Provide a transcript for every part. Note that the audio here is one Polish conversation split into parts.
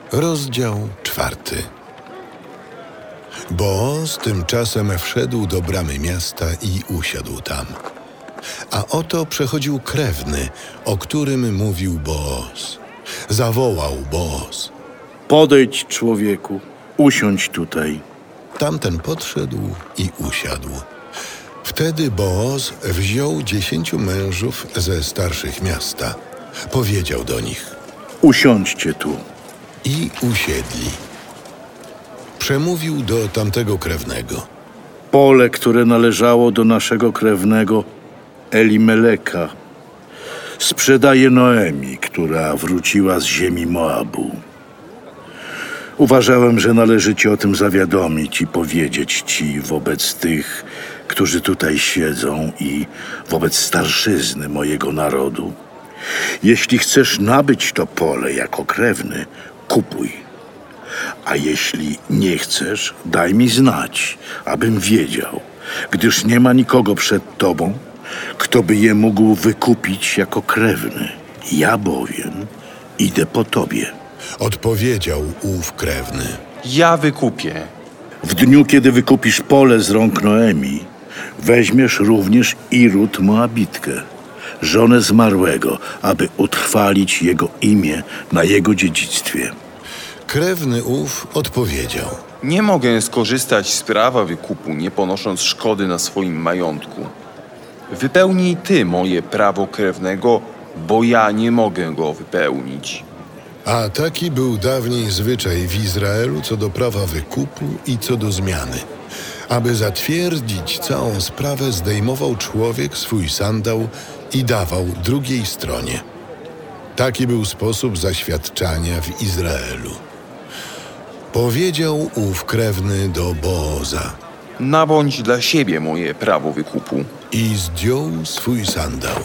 Rozdział 4. Booz tymczasem wszedł do bramy miasta i usiadł tam. A oto przechodził krewny, o którym mówił Booz. Zawołał Booz: Podejdź, człowieku, usiądź tutaj. Tamten podszedł i usiadł. Wtedy Booz wziął 10 mężów ze starszych miasta. Powiedział do nich: Usiądźcie tu. I usiedli. Przemówił do tamtego krewnego: Pole, które należało do naszego krewnego Elimeleka, sprzedaje Noemi, która wróciła z ziemi Moabu. Uważałem, że należy cię o tym zawiadomić i powiedzieć ci wobec tych, którzy tutaj siedzą, i wobec starszyzny mojego narodu. Jeśli chcesz nabyć to pole jako krewny, kupuj. A jeśli nie chcesz, daj mi znać, abym wiedział, gdyż nie ma nikogo przed tobą, kto by je mógł wykupić jako krewny. Ja bowiem idę po tobie. Odpowiedział ów krewny: Ja wykupię. W dniu, kiedy wykupisz pole z rąk Noemi, weźmiesz również i Rut Moabitkę, żonę zmarłego, aby utrwalić jego imię na jego dziedzictwie. Krewny ów odpowiedział: Nie mogę skorzystać z prawa wykupu, nie ponosząc szkody na swoim majątku. Wypełnij ty moje prawo krewnego, bo ja nie mogę go wypełnić. A taki był dawniej zwyczaj w Izraelu co do prawa wykupu i co do zmiany. Aby zatwierdzić całą sprawę, zdejmował człowiek swój sandał i dawał drugiej stronie. Taki był sposób zaświadczania w Izraelu. Powiedział ów krewny do Booza: Nabądź dla siebie moje prawo wykupu. I zdjął swój sandał.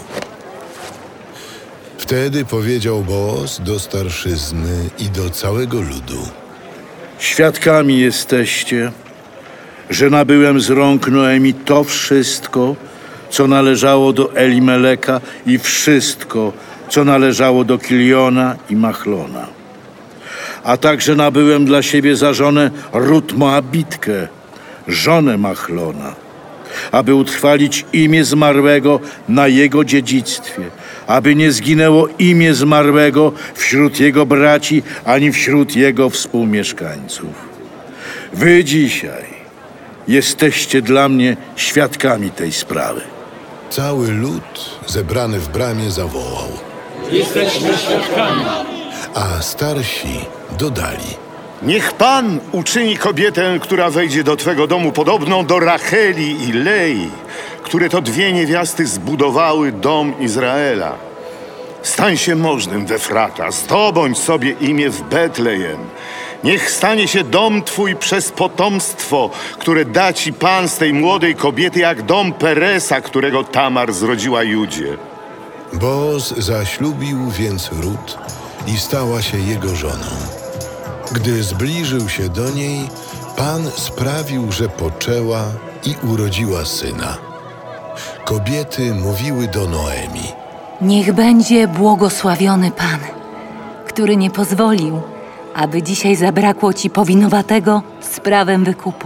Wtedy powiedział Booz do starszyzny i do całego ludu: Świadkami jesteście, że nabyłem z rąk Noemi to wszystko, co należało do Elimeleka, i wszystko, co należało do Kiliona i Machlona. A także nabyłem dla siebie za żonę Rut Moabitkę, żonę Machlona, aby utrwalić imię zmarłego na jego dziedzictwie, aby nie zginęło imię zmarłego wśród jego braci, ani wśród jego współmieszkańców. Wy dzisiaj jesteście dla mnie świadkami tej sprawy. Cały lud zebrany w bramie zawołał. Jesteśmy świadkami. A starsi dodali: Niech Pan uczyni kobietę, która wejdzie do Twego domu, podobną do Racheli i Lei, które to 2 niewiasty zbudowały dom Izraela. Stań się możnym w Efrata, zdobądź sobie imię w Betlejem. Niech stanie się dom Twój przez potomstwo, które da Ci Pan z tej młodej kobiety, jak dom Peresa, którego Tamar zrodziła Judzie. Booz zaślubił więc Rut i stała się jego żoną. Gdy zbliżył się do niej, Pan sprawił, że poczęła i urodziła syna. Kobiety mówiły do Noemi: Niech będzie błogosławiony Pan, który nie pozwolił, aby dzisiaj zabrakło ci powinowatego z prawem wykupu.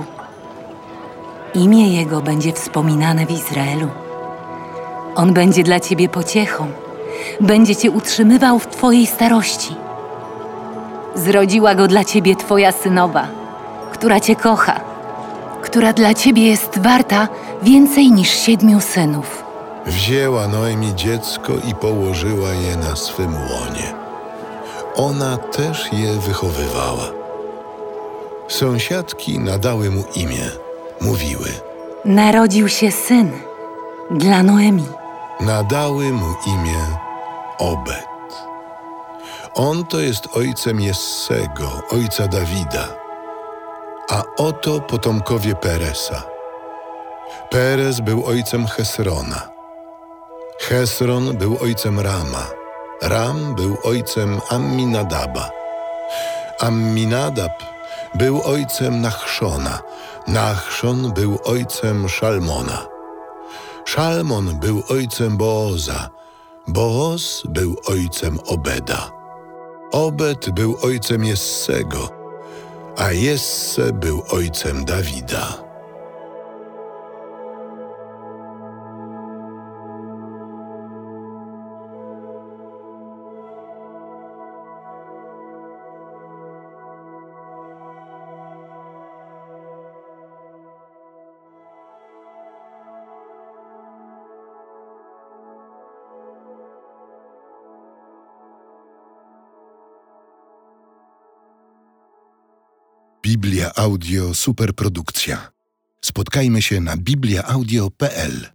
Imię Jego będzie wspominane w Izraelu. On będzie dla ciebie pociechą, będzie cię utrzymywał w twojej starości. Zrodziła go dla ciebie twoja synowa, która cię kocha, która dla ciebie jest warta więcej niż 7 synów. Wzięła Noemi dziecko i położyła je na swym łonie. Ona też je wychowywała. Sąsiadki nadały mu imię. Mówiły: Narodził się syn dla Noemi. Nadały mu imię Obed. On to jest ojcem Jessego, ojca Dawida. A oto potomkowie Peresa. Perez był ojcem Hesrona. Hesron był ojcem Rama. Ram był ojcem Amminadaba. Amminadab był ojcem Nachszona. Nachszon był ojcem Szalmona. Szalmon był ojcem Booza. Booz był ojcem Obeda. Obed był ojcem Jessego, a Jesse był ojcem Dawida. Biblia Audio Superprodukcja. Spotkajmy się na bibliaaudio.pl.